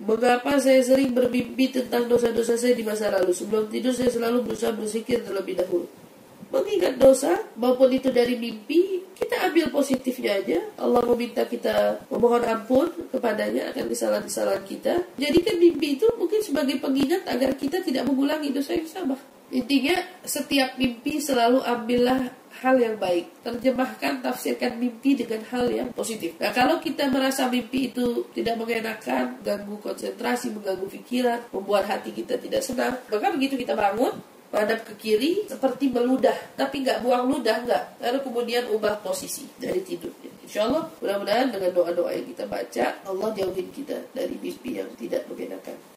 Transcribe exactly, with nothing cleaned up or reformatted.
Mengapa saya sering bermimpi tentang dosa-dosa saya di masa lalu? Sebelum tidur saya selalu berusaha berzikir terlebih dahulu. Mengingat dosa, maupun itu dari mimpi, kita ambil positifnya aja. Allah meminta kita memohon ampun kepadanya akan kesalahan-kesalahan kita. Jadikan mimpi itu mungkin sebagai pengingat agar kita tidak mengulangi dosa yang sama. Intinya, setiap mimpi selalu ambillah hal yang baik. Terjemahkan, tafsirkan mimpi dengan hal yang positif. Nah, kalau kita merasa mimpi itu tidak mengenakan, ganggu konsentrasi, mengganggu pikiran, membuat hati kita tidak senang, maka begitu kita bangun, madhab ke kiri seperti meludah, tapi nggak buang ludah, nggak. Lalu kemudian ubah posisi dari tidurnya. Insya Allah, mudah-mudahan dengan doa-doa yang kita baca, Allah jauhin kita dari mimpi yang tidak mengenakan.